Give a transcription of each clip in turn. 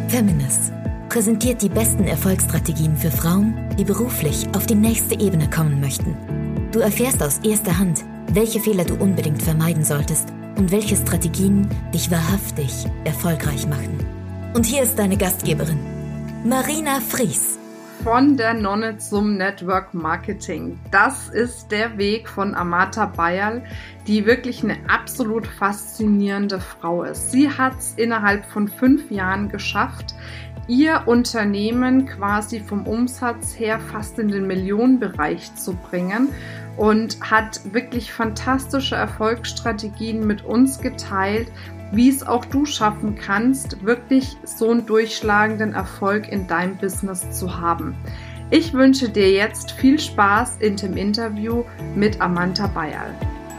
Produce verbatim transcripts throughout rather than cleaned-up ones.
Feminist präsentiert die besten Erfolgsstrategien für Frauen, die beruflich auf die nächste Ebene kommen möchten. Du erfährst aus erster Hand, welche Fehler du unbedingt vermeiden solltest und welche Strategien dich wahrhaftig erfolgreich machen. Und hier ist deine Gastgeberin, Marina Fries. Von der Nonne zum Network Marketing. Das ist der Weg von Amata Bayal, die wirklich eine absolut faszinierende Frau ist. Sie hat es innerhalb von fünf Jahren geschafft, ihr Unternehmen quasi vom Umsatz her fast in den Millionenbereich zu bringen und hat wirklich fantastische Erfolgsstrategien mit uns geteilt, wie es auch du schaffen kannst, wirklich so einen durchschlagenden Erfolg in deinem Business zu haben. Ich wünsche dir jetzt viel Spaß in dem Interview mit Amata Bayal.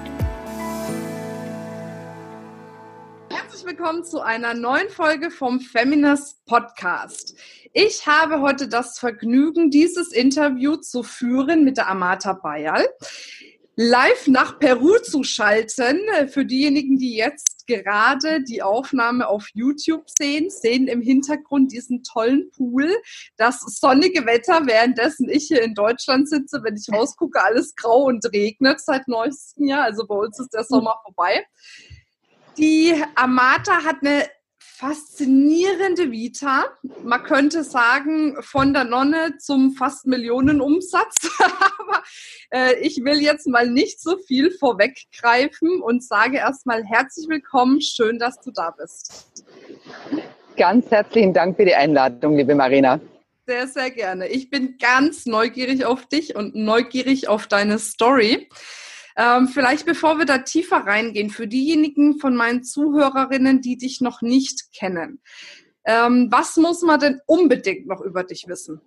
Herzlich willkommen zu einer neuen Folge vom Feminist Podcast. Ich habe heute das Vergnügen, dieses Interview zu führen mit der Amata Bayal. Live nach Peru zu schalten. Für diejenigen, die jetzt gerade die Aufnahme auf YouTube sehen, sehen im Hintergrund diesen tollen Pool, das sonnige Wetter, währenddessen ich hier in Deutschland sitze. Wenn ich rausgucke, alles grau und regnet seit neuestem Jahr. Also bei uns ist der Sommer vorbei. Die Amata hat eine faszinierende Vita. Man könnte sagen, von der Nonne zum fast Millionenumsatz. Aber äh, ich will jetzt mal nicht so viel vorweggreifen und sage erstmal herzlich willkommen. Schön, dass du da bist. Ganz herzlichen Dank für die Einladung, liebe Marina. Sehr, sehr gerne. Ich bin ganz neugierig auf dich und neugierig auf deine Story. Ähm, vielleicht bevor wir da tiefer reingehen, für diejenigen von meinen Zuhörerinnen, die dich noch nicht kennen, ähm, was muss man denn unbedingt noch über dich wissen?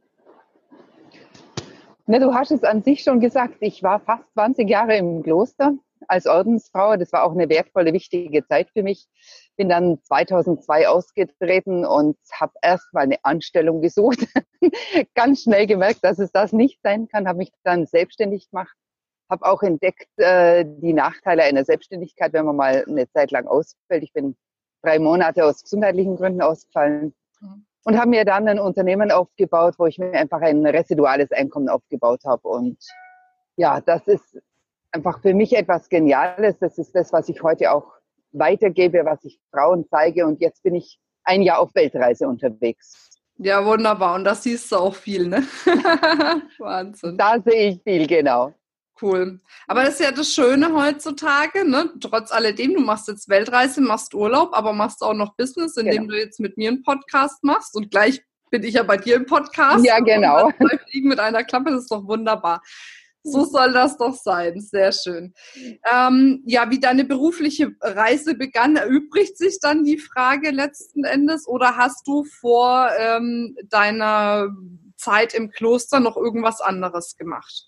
Na, du hast es an sich schon gesagt, ich war fast zwanzig Jahre im Kloster als Ordensfrau. Das war auch eine wertvolle, wichtige Zeit für mich. Bin dann zweitausendzwei ausgetreten und habe erst mal eine Anstellung gesucht. Ganz schnell gemerkt, dass es das nicht sein kann, habe mich dann selbstständig gemacht. Habe auch entdeckt äh, die Nachteile einer Selbstständigkeit, wenn man mal eine Zeit lang ausfällt. Ich bin drei Monate aus gesundheitlichen Gründen ausgefallen mhm. und habe mir dann ein Unternehmen aufgebaut, wo ich mir einfach ein residuales Einkommen aufgebaut habe. Und ja, das ist einfach für mich etwas Geniales. Das ist das, was ich heute auch weitergebe, was ich Frauen zeige. Und jetzt bin ich ein Jahr auf Weltreise unterwegs. Ja, wunderbar. Und das siehst du auch viel, ne? Wahnsinn. Da sehe ich viel, genau. Cool. Aber das ist ja das Schöne heutzutage, ne? Trotz alledem, du machst jetzt Weltreise, machst Urlaub, aber machst auch noch Business, indem genau. du jetzt mit mir einen Podcast machst und gleich bin ich ja bei dir im Podcast. Ja, genau. Und zwei Fliegen mit einer Klappe, das ist doch wunderbar. So soll das doch sein. Sehr schön. Ähm, ja, wie deine berufliche Reise begann, erübrigt sich dann die Frage letzten Endes oder hast du vor ähm, deiner Zeit im Kloster noch irgendwas anderes gemacht?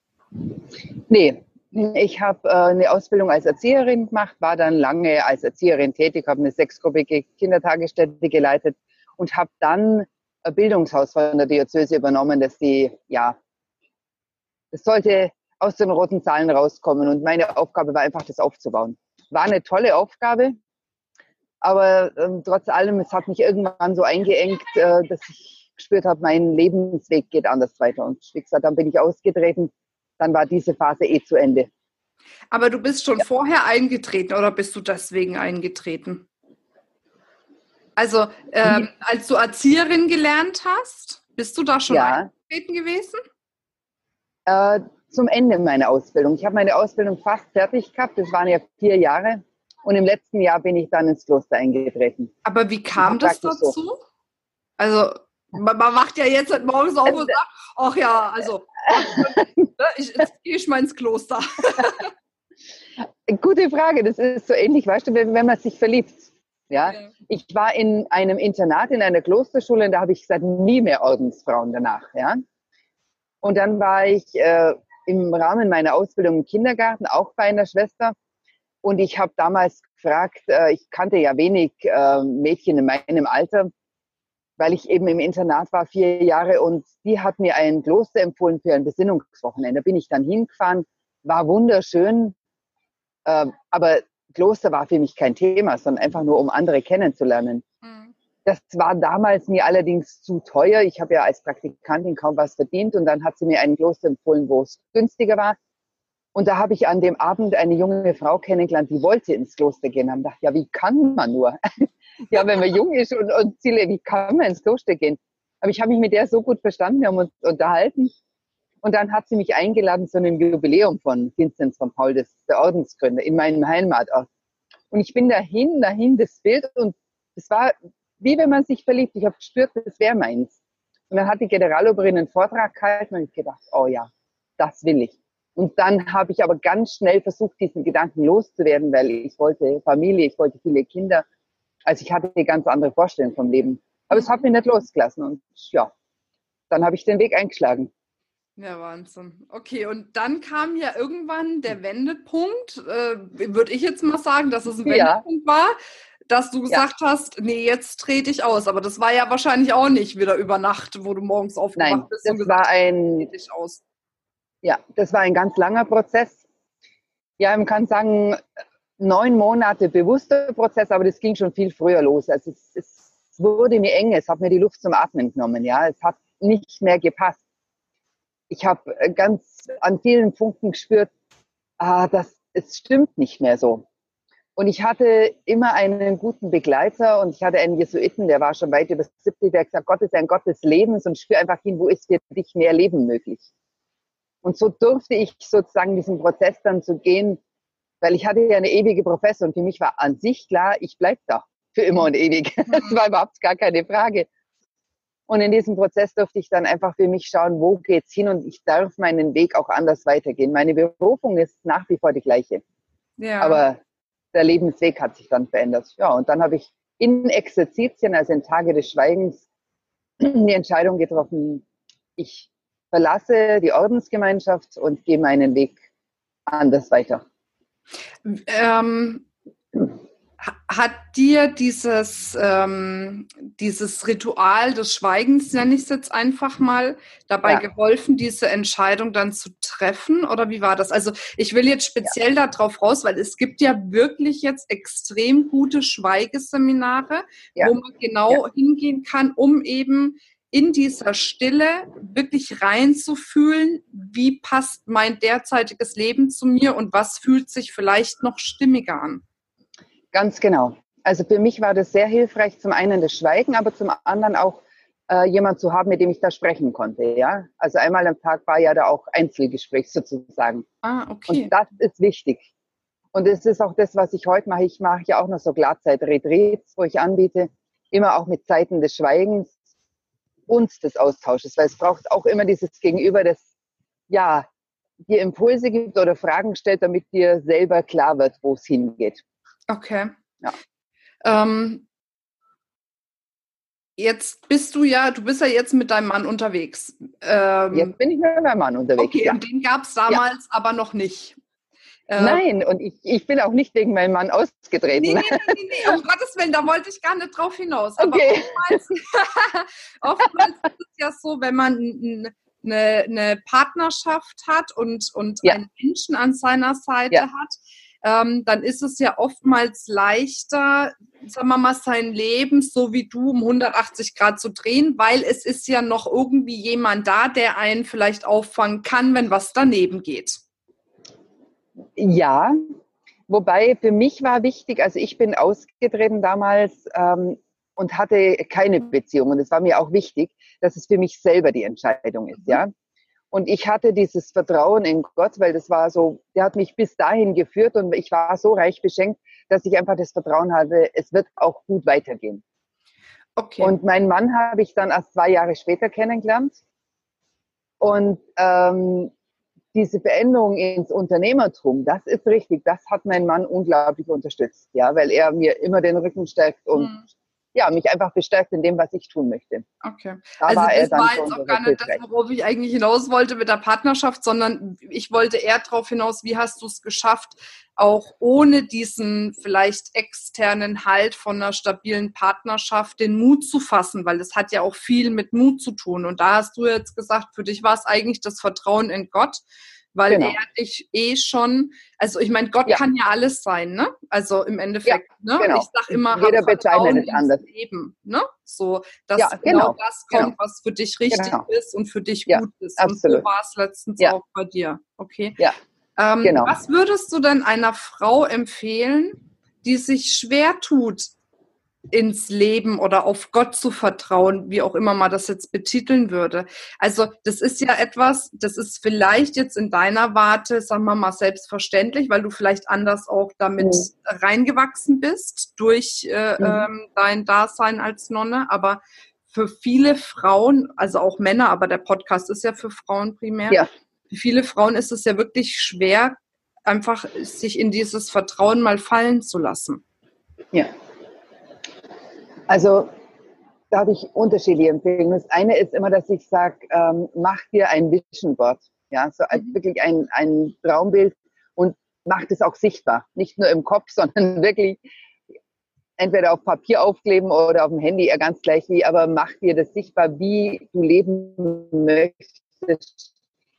Nee, ich habe äh, eine Ausbildung als Erzieherin gemacht, war dann lange als Erzieherin tätig, habe eine sechsköpfige Kindertagesstätte geleitet und habe dann ein Bildungshaus von der Diözese übernommen, dass die, ja, das sollte aus den roten Zahlen rauskommen und meine Aufgabe war einfach, das aufzubauen. War eine tolle Aufgabe, aber ähm, trotz allem, es hat mich irgendwann so eingeengt, äh, dass ich gespürt habe, mein Lebensweg geht anders weiter und wie gesagt, dann bin ich ausgetreten. Dann war diese Phase eh zu Ende. Aber du bist schon ja. vorher eingetreten oder bist du deswegen eingetreten? Also ähm, als du Erzieherin gelernt hast, bist du da schon ja. eingetreten gewesen? Äh, zum Ende meiner Ausbildung. Ich habe meine Ausbildung fast fertig gehabt. Das waren ja vier Jahre. Und im letzten Jahr bin ich dann ins Kloster eingetreten. Aber wie kam das dazu? So. Also man, man wacht ja jetzt halt morgens auf und sagt, ach ja, also ich, jetzt gehe ich mal ins Kloster. Gute Frage, das ist so ähnlich, weißt du, wenn, wenn man sich verliebt. Ja? ja? Ich war in einem Internat, in einer Klosterschule und da habe ich gesagt, nie mehr Ordensfrauen danach. Ja? Und dann war ich äh, im Rahmen meiner Ausbildung im Kindergarten, auch bei einer Schwester. Und ich habe damals gefragt, äh, ich kannte ja wenig äh, Mädchen in meinem Alter, weil ich eben im Internat war, vier Jahre. Und die hat mir ein Kloster empfohlen für ein Besinnungswochenende. Da bin ich dann hingefahren, war wunderschön. Äh, aber Kloster war für mich kein Thema, sondern einfach nur, um andere kennenzulernen. Mhm. Das war damals mir allerdings zu teuer. Ich habe ja als Praktikantin kaum was verdient und dann hat sie mir ein Kloster empfohlen, wo es günstiger war. Und da habe ich an dem Abend eine junge Frau kennengelernt, die wollte ins Kloster gehen. Und dachte, ja, wie kann man nur? Ja, wenn man jung ist und, und Ziele, wie kann man ins Kloster gehen? Aber ich habe mich mit der so gut verstanden, wir haben uns unterhalten. Und dann hat sie mich eingeladen zu einem Jubiläum von Vinzenz von Paul, das ist der Ordensgründer, in meinem Heimatort. Und ich bin dahin, dahin das Bild und es war wie wenn man sich verliebt. Ich habe gespürt, das wäre meins. Und dann hat die Generaloberin einen Vortrag gehalten und ich gedacht, oh ja, das will ich. Und dann habe ich aber ganz schnell versucht, diesen Gedanken loszuwerden, weil ich wollte Familie, ich wollte viele Kinder. Also ich hatte eine ganz andere Vorstellung vom Leben. Aber es hat mich nicht losgelassen. Und ja, dann habe ich den Weg eingeschlagen. Ja, Wahnsinn. Okay, und dann kam ja irgendwann der Wendepunkt, äh, würde ich jetzt mal sagen, dass es ein Ja. Wendepunkt war, dass du gesagt Ja. hast, nee, jetzt trete ich aus. Aber das war ja wahrscheinlich auch nicht wieder über Nacht, wo du morgens aufgewacht Nein, bist das und gesagt war hast, ein, trete ich aus. ja, das war ein ganz langer Prozess. Ja, man kann sagen, neun Monate bewusster Prozess, aber das ging schon viel früher los. Also es, es wurde mir eng, es hat mir die Luft zum Atmen genommen. Ja, es hat nicht mehr gepasst. Ich habe ganz an vielen Punkten gespürt, ah, das, es stimmt nicht mehr so. Und ich hatte immer einen guten Begleiter und ich hatte einen Jesuiten, der war schon weit über siebzig, der hat gesagt, Gott ist ein Gott des Lebens und spür einfach hin, wo ist für dich mehr Leben möglich. Und so durfte ich sozusagen diesen Prozess dann zu gehen, weil ich hatte ja eine ewige Professor und für mich war an sich klar, ich bleibe da für immer und ewig. Das war überhaupt gar keine Frage. Und in diesem Prozess durfte ich dann einfach für mich schauen, wo geht's hin und ich darf meinen Weg auch anders weitergehen. Meine Berufung ist nach wie vor die gleiche. Ja. Aber der Lebensweg hat sich dann verändert. Ja, und dann habe ich in Exerzitien, also in Tage des Schweigens, die Entscheidung getroffen, ich verlasse die Ordensgemeinschaft und gehe meinen Weg anders weiter. Ähm, hat dir dieses, ähm, dieses Ritual des Schweigens, nenne ich es jetzt einfach mal, dabei Ja. geholfen, diese Entscheidung dann zu treffen? Oder wie war das? Also ich will jetzt speziell ja. darauf raus, weil es gibt ja wirklich jetzt extrem gute Schweigeseminare, Ja. wo man genau Ja. hingehen kann, um eben in dieser Stille wirklich reinzufühlen, wie passt mein derzeitiges Leben zu mir und was fühlt sich vielleicht noch stimmiger an. Ganz genau. Also für mich war das sehr hilfreich, zum einen das Schweigen, aber zum anderen auch äh, jemand zu haben, mit dem ich da sprechen konnte. Ja? Also einmal am Tag war ja da auch Einzelgespräch sozusagen. Ah, okay. Und das ist wichtig. Und es ist auch das, was ich heute mache. Ich mache ja auch noch so Glatzeit-Retreats, wo ich anbiete, immer auch mit Zeiten des Schweigens und des Austausches, weil es braucht auch immer dieses Gegenüber, das ja dir Impulse gibt oder Fragen stellt, damit dir selber klar wird, wo es hingeht. Okay. Ja. Ähm, jetzt bist du ja, du bist ja jetzt mit deinem Mann unterwegs. Ähm, jetzt bin ich mit meinem Mann unterwegs. Okay, ja. und den gab es damals ja. aber noch nicht. Ähm, Nein, und ich, ich bin auch nicht wegen meinem Mann ausgetreten. Nee, nee, nee, nee, nee, um Gottes Willen, da wollte ich gar nicht drauf hinaus. Aber okay. oftmals, oftmals ist es ja so, wenn man eine, eine Partnerschaft hat und, und ja. einen Menschen an seiner Seite ja. hat, ähm, dann ist es ja oftmals leichter, sagen wir mal, sein Leben so wie du um hundertachtzig Grad zu drehen, weil es ist ja noch irgendwie jemand da, der einen vielleicht auffangen kann, wenn was daneben geht. Ja, wobei für mich war wichtig, also ich bin ausgetreten damals ähm, und hatte keine Beziehung und es war mir auch wichtig, dass es für mich selber die Entscheidung ist, ja. Und ich hatte dieses Vertrauen in Gott, weil das war so, der hat mich bis dahin geführt und ich war so reich beschenkt, dass ich einfach das Vertrauen hatte, es wird auch gut weitergehen. Okay. Und meinen Mann habe ich dann erst zwei Jahre später kennengelernt und ähm, diese Veränderung ins Unternehmertum, das ist richtig, das hat mein Mann unglaublich unterstützt, ja, weil er mir immer den Rücken stärkt und hm. ja, mich einfach bestärkt in dem, was ich tun möchte. Okay. Da also war das er dann war jetzt auch gar nicht das, worauf ich eigentlich hinaus wollte mit der Partnerschaft, sondern ich wollte eher darauf hinaus, wie hast du es geschafft, auch ohne diesen vielleicht externen Halt von einer stabilen Partnerschaft den Mut zu fassen, weil das hat ja auch viel mit Mut zu tun. Und da hast du jetzt gesagt, für dich war es eigentlich das Vertrauen in Gott, weil genau. er dich eh schon, also ich meine, Gott ja. kann ja alles sein, ne? Also im Endeffekt, ja, ne? Genau. Ich sage immer, jeder hab Vertrauen bezeichnet es anders. Leben, ne? So, dass ja, genau, genau das kommt, genau. was für dich richtig Genau. ist und für dich Ja, gut ist. absolut. Und so war es letztens ja. auch bei dir. Okay. Ja, ähm, genau. Was würdest du denn einer Frau empfehlen, die sich schwer tut, ins Leben oder auf Gott zu vertrauen, wie auch immer man das jetzt betiteln würde. Also das ist ja etwas, das ist vielleicht jetzt in deiner Warte, sagen wir mal, selbstverständlich, weil du vielleicht anders auch damit mhm. reingewachsen bist durch äh, mhm. ähm, dein Dasein als Nonne, aber für viele Frauen, also auch Männer, aber der Podcast ist ja für Frauen primär, ja. für viele Frauen ist es ja wirklich schwer, einfach sich in dieses Vertrauen mal fallen zu lassen. Ja. Also da habe ich unterschiedliche Empfehlungen. Das eine ist immer, dass ich sage, ähm, mach dir ein Vision Board, ja, so mhm. wirklich ein, ein Traumbild und mach das auch sichtbar. Nicht nur im Kopf, sondern wirklich entweder auf Papier aufkleben oder auf dem Handy, ja ganz gleich wie, aber mach dir das sichtbar, wie du leben möchtest,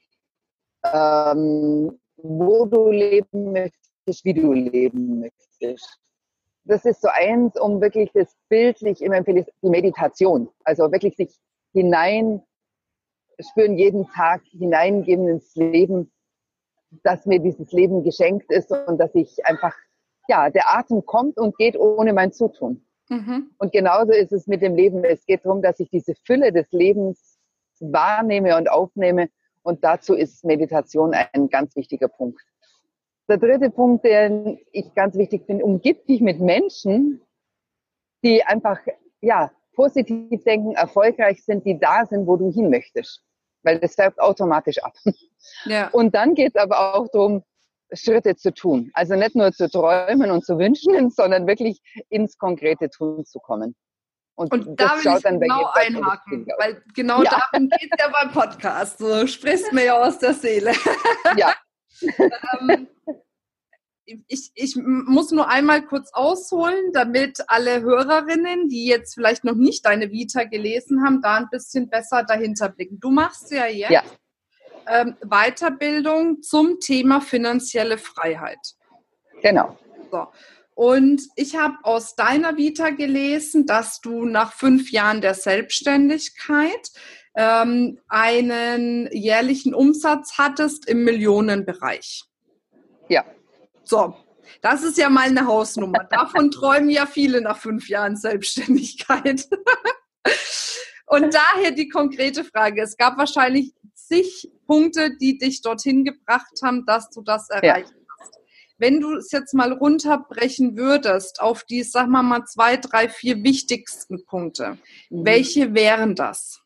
ähm, wo du leben möchtest, wie du leben möchtest. Das ist so eins, um wirklich das bildlich, immer empfehle ich die Meditation. Also wirklich sich hinein spüren, jeden Tag hineingeben ins Leben, dass mir dieses Leben geschenkt ist und dass ich einfach, ja, der Atem kommt und geht ohne mein Zutun. Mhm. Und genauso ist es mit dem Leben. Es geht darum, dass ich diese Fülle des Lebens wahrnehme und aufnehme. Und dazu ist Meditation ein ganz wichtiger Punkt. Der dritte Punkt, den ich ganz wichtig finde, umgib dich mit Menschen, die einfach ja, positiv denken, erfolgreich sind, die da sind, wo du hin möchtest. Weil das färbt automatisch ab. Ja. Und dann geht es aber auch darum, Schritte zu tun. Also nicht nur zu träumen und zu wünschen, sondern wirklich ins konkrete Tun zu kommen. Und, und da will ich dann genau einhaken, weil genau ja. darum geht es ja beim Podcast. Du sprichst mir ja aus der Seele. Ja. ähm, Ich, ich muss nur einmal kurz ausholen, damit alle Hörerinnen, die jetzt vielleicht noch nicht deine Vita gelesen haben, da ein bisschen besser dahinter blicken. Du machst ja jetzt ja. Ähm, Weiterbildung zum Thema finanzielle Freiheit. Genau. So. Und ich habe aus deiner Vita gelesen, dass du nach fünf Jahren der Selbstständigkeit ähm, einen jährlichen Umsatz hattest im Millionenbereich. Ja. So, das ist ja mal eine Hausnummer. Davon träumen ja viele nach fünf Jahren Selbstständigkeit. Und daher die konkrete Frage. Es gab wahrscheinlich zig Punkte, die dich dorthin gebracht haben, dass du das erreicht ja. hast. Wenn du es jetzt mal runterbrechen würdest auf die, sag mal mal, zwei, drei, vier wichtigsten Punkte, mhm. welche wären das?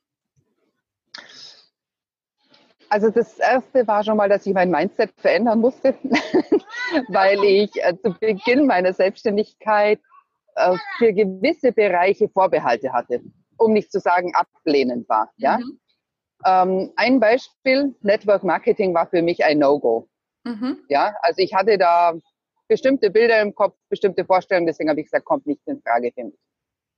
Also das erste war schon mal, dass ich mein Mindset verändern musste, weil ich äh, zu Beginn meiner Selbstständigkeit äh, für gewisse Bereiche Vorbehalte hatte, um nicht zu sagen ablehnend war. Ja? Mhm. Ähm, ein Beispiel, Network Marketing war für mich ein No-Go. Mhm. Ja? Also ich hatte da bestimmte Bilder im Kopf, bestimmte Vorstellungen, deswegen habe ich gesagt, kommt nicht in Frage für mich.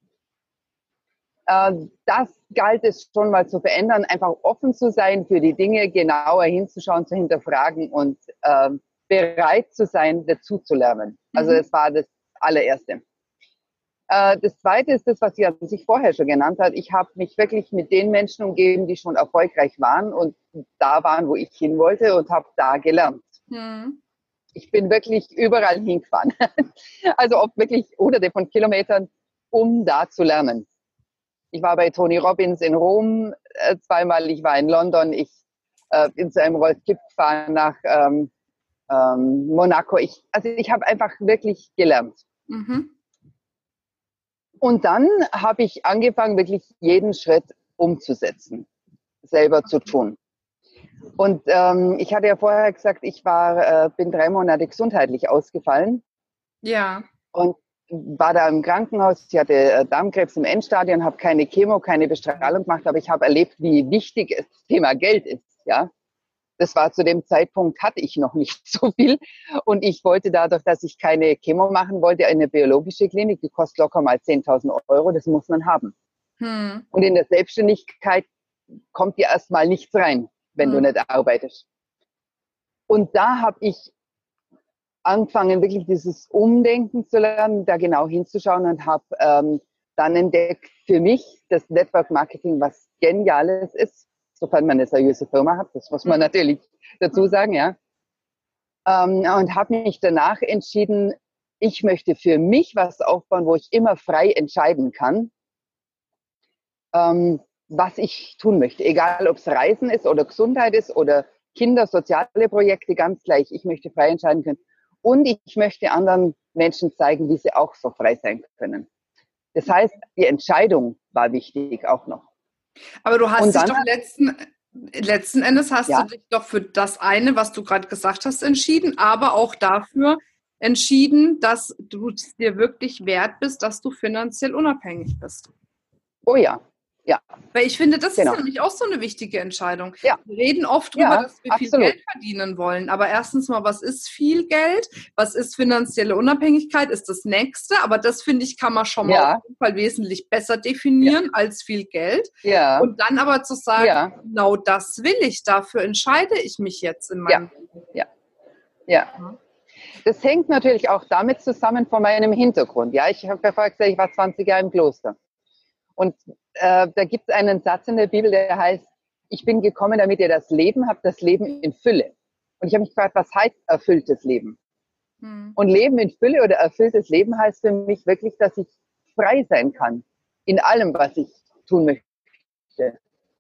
Das galt es schon mal zu verändern, einfach offen zu sein für die Dinge, genauer hinzuschauen, zu hinterfragen und äh, bereit zu sein, dazu zu lernen. Also das war das allererste. Äh, das zweite ist das, was sie sich vorher schon genannt hat. Ich habe mich wirklich mit den Menschen umgeben, die schon erfolgreich waren und da waren, wo ich hin wollte und habe da gelernt. Mhm. Ich bin wirklich überall hingefahren. Also oft wirklich hunderte von Kilometern, um da zu lernen. Ich war bei Tony Robbins in Rom äh, zweimal, ich war in London, ich äh, bin zu einem Rolf Kipp gefahren nach ähm, ähm, Monaco. Ich, also ich habe einfach wirklich gelernt. Mhm. Und dann habe ich angefangen, wirklich jeden Schritt umzusetzen, selber zu tun. Und ähm, ich hatte ja vorher gesagt, ich war, äh, bin drei Monate gesundheitlich ausgefallen. Ja. Und war da im Krankenhaus, ich hatte Darmkrebs im Endstadium, habe keine Chemo, keine Bestrahlung gemacht, aber ich habe erlebt, wie wichtig das Thema Geld ist. Ja, das war zu dem Zeitpunkt, hatte ich noch nicht so viel und ich wollte dadurch, dass ich keine Chemo machen wollte, eine biologische Klinik, die kostet locker mal zehntausend Euro, das muss man haben. Hm. Und in der Selbstständigkeit kommt dir erstmal nichts rein, wenn hm. du nicht arbeitest. Und da habe ich angefangen, wirklich dieses Umdenken zu lernen, da genau hinzuschauen und habe ähm, dann entdeckt für mich das Network Marketing, was Geniales ist, sofern man eine seriöse Firma hat, das muss man natürlich dazu sagen, ja. Ähm, und habe mich danach entschieden, ich möchte für mich was aufbauen, wo ich immer frei entscheiden kann, ähm, was ich tun möchte. Egal, ob es Reisen ist oder Gesundheit ist oder Kinder, soziale Projekte, ganz gleich. Ich möchte frei entscheiden können. Und ich möchte anderen Menschen zeigen, wie sie auch so frei sein können. Das heißt, die Entscheidung war wichtig auch noch. Aber du hast Und dich dann, doch letzten, letzten Endes hast ja, du dich doch für das eine, was du gerade gesagt hast, entschieden, aber auch dafür entschieden, dass du es dir wirklich wert bist, dass du finanziell unabhängig bist. oh ja, ja, Weil ich finde, das genau. ist nämlich auch so eine wichtige Entscheidung. Ja. Wir reden oft darüber, Ja, dass wir absolut. viel Geld verdienen wollen. Aber erstens mal, was ist viel Geld? Was ist finanzielle Unabhängigkeit? Ist das Nächste. Aber das, finde ich, kann man schon mal Ja. auf jeden Fall wesentlich besser definieren Ja. als viel Geld. Ja. Und dann aber zu sagen, Ja. genau das will ich, dafür entscheide ich mich jetzt in meinem Leben. Ja. Ja. Ja. Das hängt natürlich auch damit zusammen von meinem Hintergrund. Ja, ich habe ja vorher gesagt, ich war zwanzig Jahre im Kloster. Und äh, da gibt es einen Satz in der Bibel, der heißt, ich bin gekommen, damit ihr das Leben habt, das Leben in Fülle. Und ich habe mich gefragt, was heißt erfülltes Leben? Hm. Und Leben in Fülle oder erfülltes Leben heißt für mich wirklich, dass ich frei sein kann in allem, was ich tun möchte.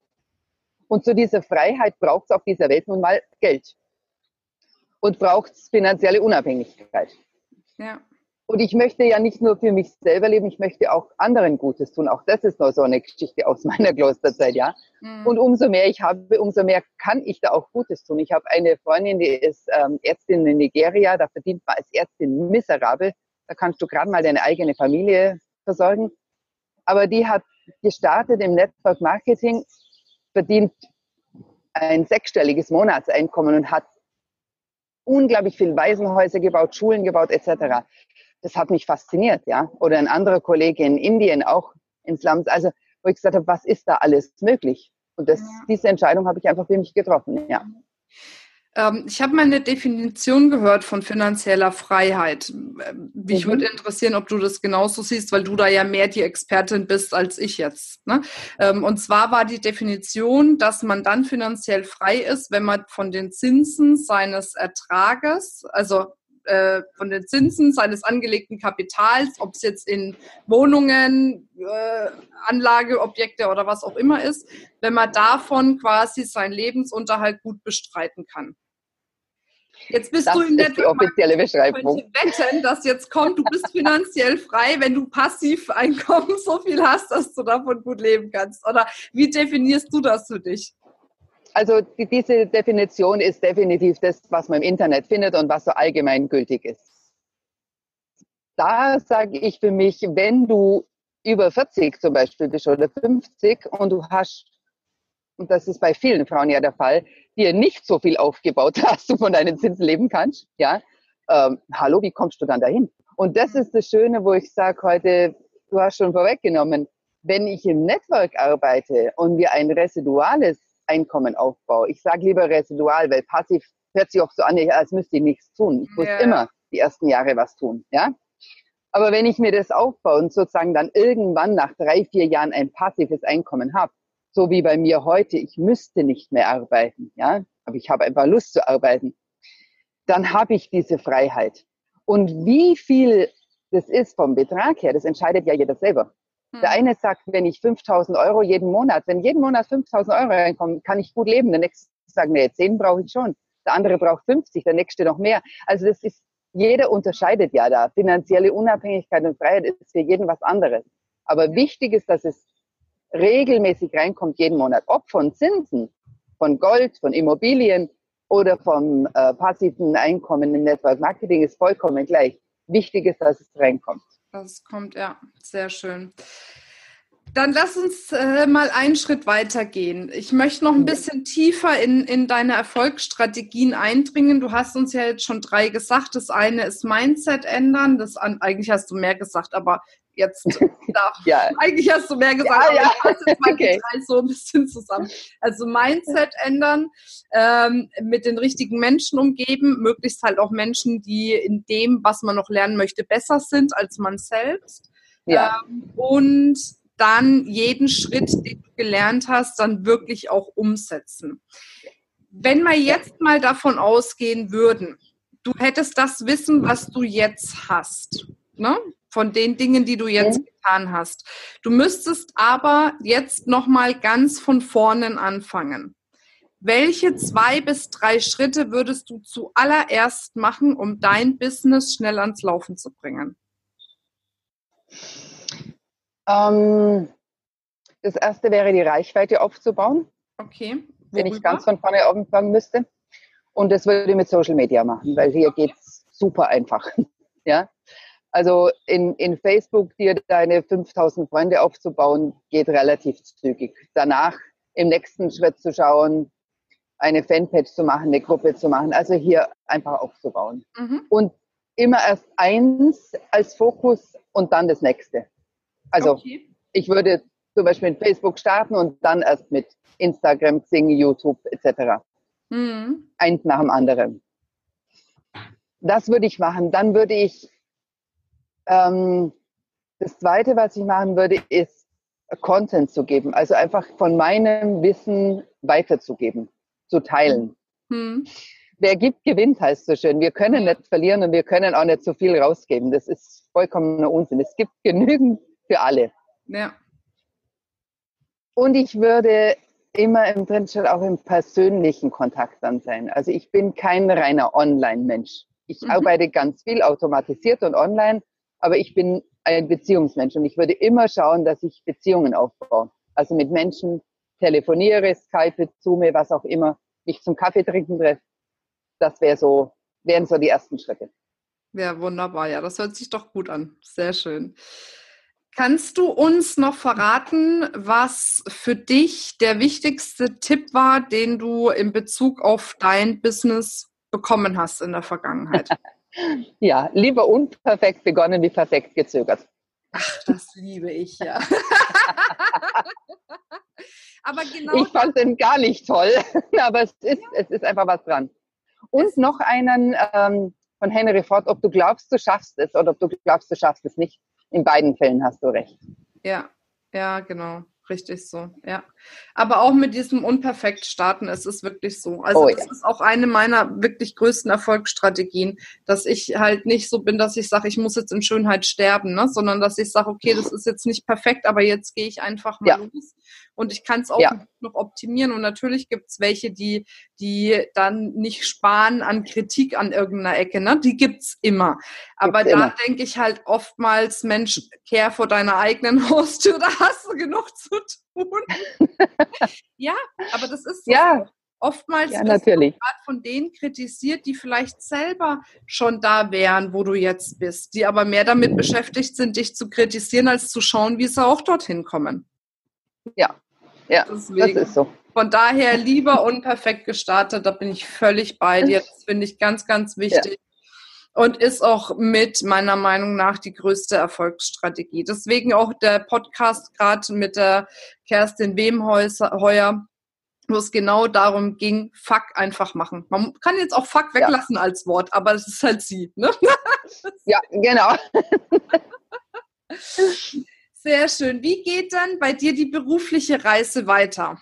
Und zu dieser Freiheit braucht es auf dieser Welt nun mal Geld. Und braucht es finanzielle Unabhängigkeit. Ja. Und ich möchte ja nicht nur für mich selber leben, ich möchte auch anderen Gutes tun. Auch das ist noch so eine Geschichte aus meiner Klosterzeit, ja. Mhm. Und umso mehr ich habe, umso mehr kann ich da auch Gutes tun. Ich habe eine Freundin, die ist ähm, Ärztin in Nigeria, da verdient man als Ärztin miserabel. Da kannst du gerade mal deine eigene Familie versorgen. Aber die hat gestartet im Network Marketing, verdient ein sechsstelliges Monatseinkommen und hat unglaublich viel Waisenhäuser gebaut, Schulen gebaut et cetera. Das hat mich fasziniert, ja. Oder ein anderer Kollege in Indien, auch in Slums. Also, wo ich gesagt habe, was ist da alles möglich? Und das, ja. diese Entscheidung habe ich einfach für mich getroffen, ja. Ähm, ich habe mal eine Definition gehört von finanzieller Freiheit. Mich mhm. würde interessieren, ob du das genauso siehst, weil du da ja mehr die Expertin bist als ich jetzt. Ne? Ähm, und zwar war die Definition, dass man dann finanziell frei ist, wenn man von den Zinsen seines Ertrages, also von den Zinsen seines angelegten Kapitals, ob es jetzt in Wohnungen, äh, Anlageobjekte oder was auch immer ist, wenn man davon quasi seinen Lebensunterhalt gut bestreiten kann. Jetzt bist das du in der ist die offizielle Beschreibung. Ich könnte wetten, dass jetzt kommt, du bist finanziell frei, wenn du Passiveinkommen so viel hast, dass du davon gut leben kannst. Oder wie definierst du das für dich? Also die, diese Definition ist definitiv das, was man im Internet findet und was so allgemeingültig ist. Da sage ich für mich, wenn du über vierzig zum Beispiel bist oder fünfzig und du hast, und das ist bei vielen Frauen ja der Fall, dir nicht so viel aufgebaut hast, du von deinen Zinsen leben kannst, ja, ähm, hallo, wie kommst du dann dahin? Und das ist das Schöne, wo ich sage heute, du hast schon vorweggenommen, wenn ich im Network arbeite und wir ein residuales Einkommen aufbaue. Ich sage lieber residual, weil passiv hört sich auch so an, als müsste ich nichts tun. Ich muss ja. immer die ersten Jahre was tun. Ja? Aber wenn ich mir das aufbaue und sozusagen dann irgendwann nach drei, vier Jahren ein passives Einkommen habe, so wie bei mir heute, ich müsste nicht mehr arbeiten, ja, aber ich habe einfach Lust zu arbeiten, dann habe ich diese Freiheit. Und wie viel das ist vom Betrag her, das entscheidet ja jeder selber. Der eine sagt, wenn ich fünftausend Euro jeden Monat, wenn jeden Monat fünftausend Euro reinkommen, kann ich gut leben. Der nächste sagt, nee, zehn brauche ich schon. Der andere braucht fünfzig, der nächste noch mehr. Also das ist, jeder unterscheidet ja da. Finanzielle Unabhängigkeit und Freiheit ist für jeden was anderes. Aber wichtig ist, dass es regelmäßig reinkommt jeden Monat. Ob von Zinsen, von Gold, von Immobilien oder vom äh, passiven Einkommen im Network Marketing ist vollkommen gleich. Wichtig ist, dass es reinkommt. Das kommt, ja, sehr schön. Dann lass uns äh, mal einen Schritt weiter gehen. Ich möchte noch ein bisschen tiefer in, in deine Erfolgsstrategien eindringen. Du hast uns ja jetzt schon drei gesagt. Das eine ist Mindset ändern. Das an, eigentlich hast du mehr gesagt, aber jetzt, da, ja. eigentlich hast du mehr gesagt, ja, aber ja. ich fasse jetzt mal okay. die drei so ein bisschen zusammen. Also Mindset ändern, ähm, mit den richtigen Menschen umgeben, möglichst halt auch Menschen, die in dem, was man noch lernen möchte, besser sind als man selbst. Ja. Ähm, und dann jeden Schritt, den du gelernt hast, dann wirklich auch umsetzen. Wenn wir jetzt mal davon ausgehen würden, du hättest das Wissen, was du jetzt hast, ne? Von den Dingen, die du jetzt mhm. getan hast. Du müsstest aber jetzt nochmal ganz von vorne anfangen. Welche zwei bis drei Schritte würdest du zuallererst machen, um dein Business schnell ans Laufen zu bringen? Ähm, das erste wäre, die Reichweite aufzubauen. Okay. Wenn ich ganz von vorne anfangen müsste. Und das würde ich mit Social Media machen, weil hier geht's super einfach. Ja? Also in, in Facebook dir deine fünftausend Freunde aufzubauen, geht relativ zügig. Danach im nächsten Schritt zu schauen, eine Fanpage zu machen, eine Gruppe zu machen. Also hier einfach aufzubauen. Mhm. Und immer erst eins als Fokus und dann das nächste. Also okay. ich würde zum Beispiel mit Facebook starten und dann erst mit Instagram, Xing, YouTube et cetera. Mhm. Eins nach dem anderen. Das würde ich machen. Dann würde ich, ähm, das Zweite, was ich machen würde, ist Content zu geben. Also einfach von meinem Wissen weiterzugeben, zu teilen. Mhm. Wer gibt, gewinnt, heißt so schön. Wir können nicht verlieren und wir können auch nicht so viel rausgeben. Das ist vollkommener Unsinn. Es gibt genügend für alle. Ja. Und ich würde immer im Prinzip auch im persönlichen Kontakt dann sein. Also ich bin kein reiner Online-Mensch. Ich Mhm. arbeite ganz viel automatisiert und online, aber ich bin ein Beziehungsmensch und ich würde immer schauen, dass ich Beziehungen aufbaue. Also mit Menschen telefoniere, Skype, Zoome, was auch immer, mich zum Kaffee trinken treffe. Das wäre so, wären so die ersten Schritte. Ja, wunderbar. Ja, das hört sich doch gut an. Sehr schön. Kannst du uns noch verraten, was für dich der wichtigste Tipp war, den du in Bezug auf dein Business bekommen hast in der Vergangenheit? Ja, lieber unperfekt begonnen wie perfekt gezögert. Ach, das liebe ich, ja. Aber genau. Ich fand den gar nicht toll, aber es ist, es ist einfach was dran. Und es noch einen ähm, von Henry Ford, ob du glaubst, du schaffst es oder ob du glaubst, du schaffst es nicht. In beiden Fällen hast du recht. Ja, ja, genau. Richtig so, ja. Aber auch mit diesem unperfekt starten, es ist wirklich so. Also Oh, das ja. ist auch eine meiner wirklich größten Erfolgsstrategien, dass ich halt nicht so bin, dass ich sage, ich muss jetzt in Schönheit sterben, ne? Sondern dass ich sage, okay, das ist jetzt nicht perfekt, aber jetzt gehe ich einfach mal Ja. los und ich kann es auch Ja. noch optimieren. Und natürlich gibt es welche, die, die dann nicht sparen an Kritik an irgendeiner Ecke, ne? Die gibt's immer. Aber Gibt's da immer. denke ich halt oftmals, Mensch, kehr vor deiner eigenen Haustür, da hast du genug zu tun. Ja, aber das ist so. Ja, Oftmals ja, wirst natürlich. du gerade von denen kritisiert, die vielleicht selber schon da wären, wo du jetzt bist, die aber mehr damit beschäftigt sind, dich zu kritisieren, als zu schauen, wie sie auch dorthin kommen. Ja, ja, Deswegen. das ist so. Von daher lieber unperfekt gestartet, da bin ich völlig bei dir. Das finde ich ganz, ganz wichtig. Ja. Und ist auch mit meiner Meinung nach die größte Erfolgsstrategie. Deswegen auch der Podcast gerade mit der Kerstin Wemheuer, wo es genau darum ging, Fuck einfach machen. Man kann jetzt auch Fuck weglassen ja. als Wort, aber es ist halt sie. Ne? Ja, genau. Sehr schön. Wie geht dann bei dir die berufliche Reise weiter?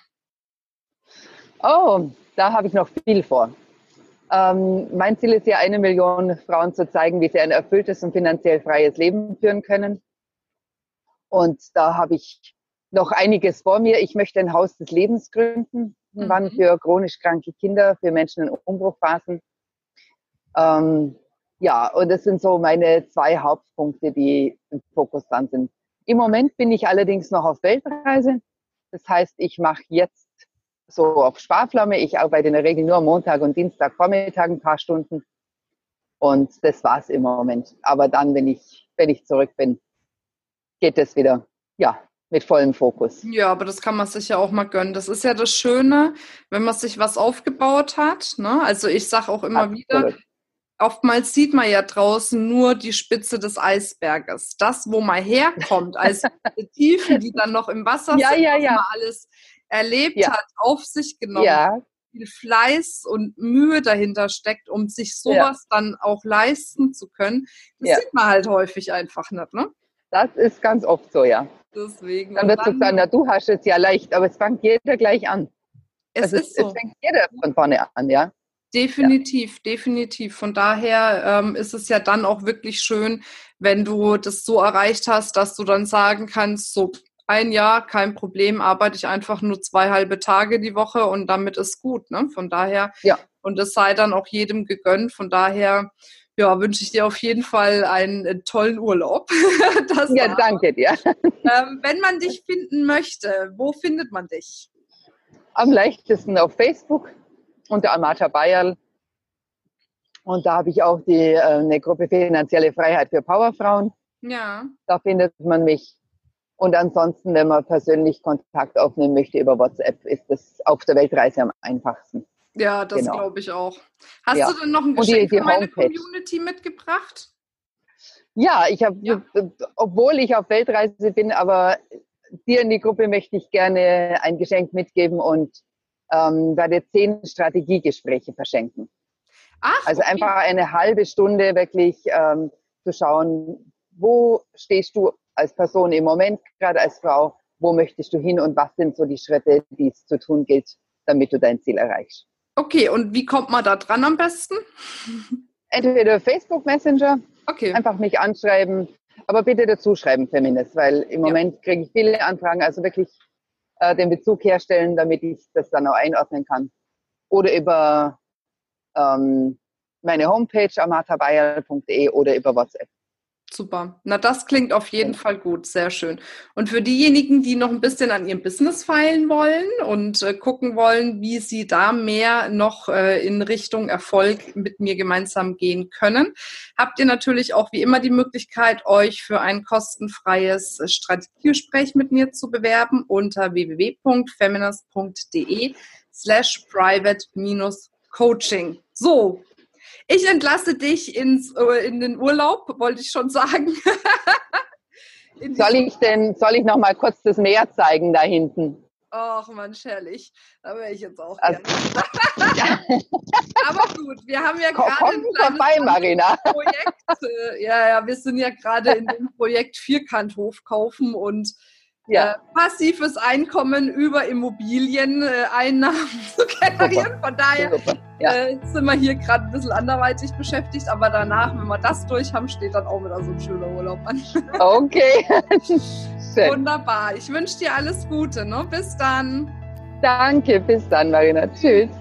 Oh, da habe ich noch viel vor. Ähm, mein Ziel ist ja, eine Million Frauen zu zeigen, wie sie ein erfülltes und finanziell freies Leben führen können. Und da habe ich noch einiges vor mir. Ich möchte ein Haus des Lebens gründen, irgendwann mhm. für chronisch kranke Kinder, für Menschen in Umbruchphasen. Ähm, ja, und das sind so meine zwei Hauptpunkte, die im Fokus dran sind. Im Moment bin ich allerdings noch auf Weltreise. Das heißt, ich mache jetzt so auf Sparflamme. Ich arbeite in der Regel nur am Montag und Dienstag Vormittag ein paar Stunden. Und das war's im Moment. Aber dann, wenn ich, wenn ich zurück bin, geht es wieder, ja, mit vollem Fokus. Ja, aber das kann man sich ja auch mal gönnen. Das ist ja das Schöne, wenn man sich was aufgebaut hat. Ne? Also ich sage auch immer Absolut. wieder, oftmals sieht man ja draußen nur die Spitze des Eisberges. Das, wo man herkommt, als die Tiefen, die dann noch im Wasser ja, sind, ja, was ja. man alles erlebt ja. hat, auf sich genommen, ja. viel Fleiß und Mühe dahinter steckt, um sich sowas ja. dann auch leisten zu können. Das ja. sieht man halt häufig einfach nicht, ne? Das ist ganz oft so, ja. Deswegen. Dann wird so sagen, na, du hast es ja leicht, aber es fängt jeder gleich an. Es also ist so. Es fängt jeder von vorne an, ja. Definitiv, ja. definitiv. Von daher ähm, ist es ja dann auch wirklich schön, wenn du das so erreicht hast, dass du dann sagen kannst, so ein Jahr, kein Problem, arbeite ich einfach nur zwei halbe Tage die Woche und damit ist gut. Ne? Von daher, ja. und es sei dann auch jedem gegönnt. Von daher, ja, wünsche ich dir auf jeden Fall einen, einen tollen Urlaub. das ja, danke dir. Ähm, wenn man dich finden möchte, wo findet man dich? Am leichtesten auf Facebook. Unter Amata Bayerl. Und da habe ich auch die, äh, eine Gruppe Finanzielle Freiheit für Powerfrauen. Ja. Da findet man mich. Und ansonsten, wenn man persönlich Kontakt aufnehmen möchte über WhatsApp, ist das auf der Weltreise am einfachsten. Ja, das genau. glaube ich auch. Hast ja. du denn noch ein Geschenk die, die für meine Homepage. Community mitgebracht? Ja, ich habe, ja. obwohl ich auf Weltreise bin, aber dir in die Gruppe möchte ich gerne ein Geschenk mitgeben und Ähm, werde zehn Strategiegespräche verschenken. Ach, also okay. einfach eine halbe Stunde wirklich ähm, zu schauen, wo stehst du als Person im Moment, gerade als Frau, wo möchtest du hin und was sind so die Schritte, die es zu tun gilt, damit du dein Ziel erreichst. Okay, und wie kommt man da dran am besten? Entweder Facebook Messenger, okay. einfach mich anschreiben, aber bitte dazu schreiben, Feminist, weil im ja. Moment kriege ich viele Anfragen, also wirklich den Bezug herstellen, damit ich das dann auch einordnen kann. Oder über ähm, meine Homepage amata bayerl punkt de oder über WhatsApp. Super. Na, das klingt auf jeden ja. Fall gut. Sehr schön. Und für diejenigen, die noch ein bisschen an ihrem Business feilen wollen und äh, gucken wollen, wie sie da mehr noch äh, in Richtung Erfolg mit mir gemeinsam gehen können, habt ihr natürlich auch wie immer die Möglichkeit, euch für ein kostenfreies Strategiegespräch mit mir zu bewerben unter w w w punkt feminist punkt de slash private minus coaching. So. Ich entlasse dich ins, in den Urlaub, wollte ich schon sagen. soll ich denn, soll ich noch mal kurz das Meer zeigen da hinten? Ach man, herrlich. Da wäre ich jetzt auch also, gerne. Ja. Aber gut, wir haben ja gerade ein vorbei, Marina. Projekt. Ja, ja, wir sind ja gerade in dem Projekt Vierkanthof kaufen und ja. äh, passives Einkommen über Immobilieneinnahmen äh, zu generieren. Von daher ja. äh, sind wir hier gerade ein bisschen anderweitig beschäftigt, aber danach, wenn wir das durch haben, steht dann auch wieder so ein schöner Urlaub an. Okay. Schön. Wunderbar. Ich wünsche dir alles Gute. Ne? Bis dann. Danke, bis dann, Marina. Tschüss.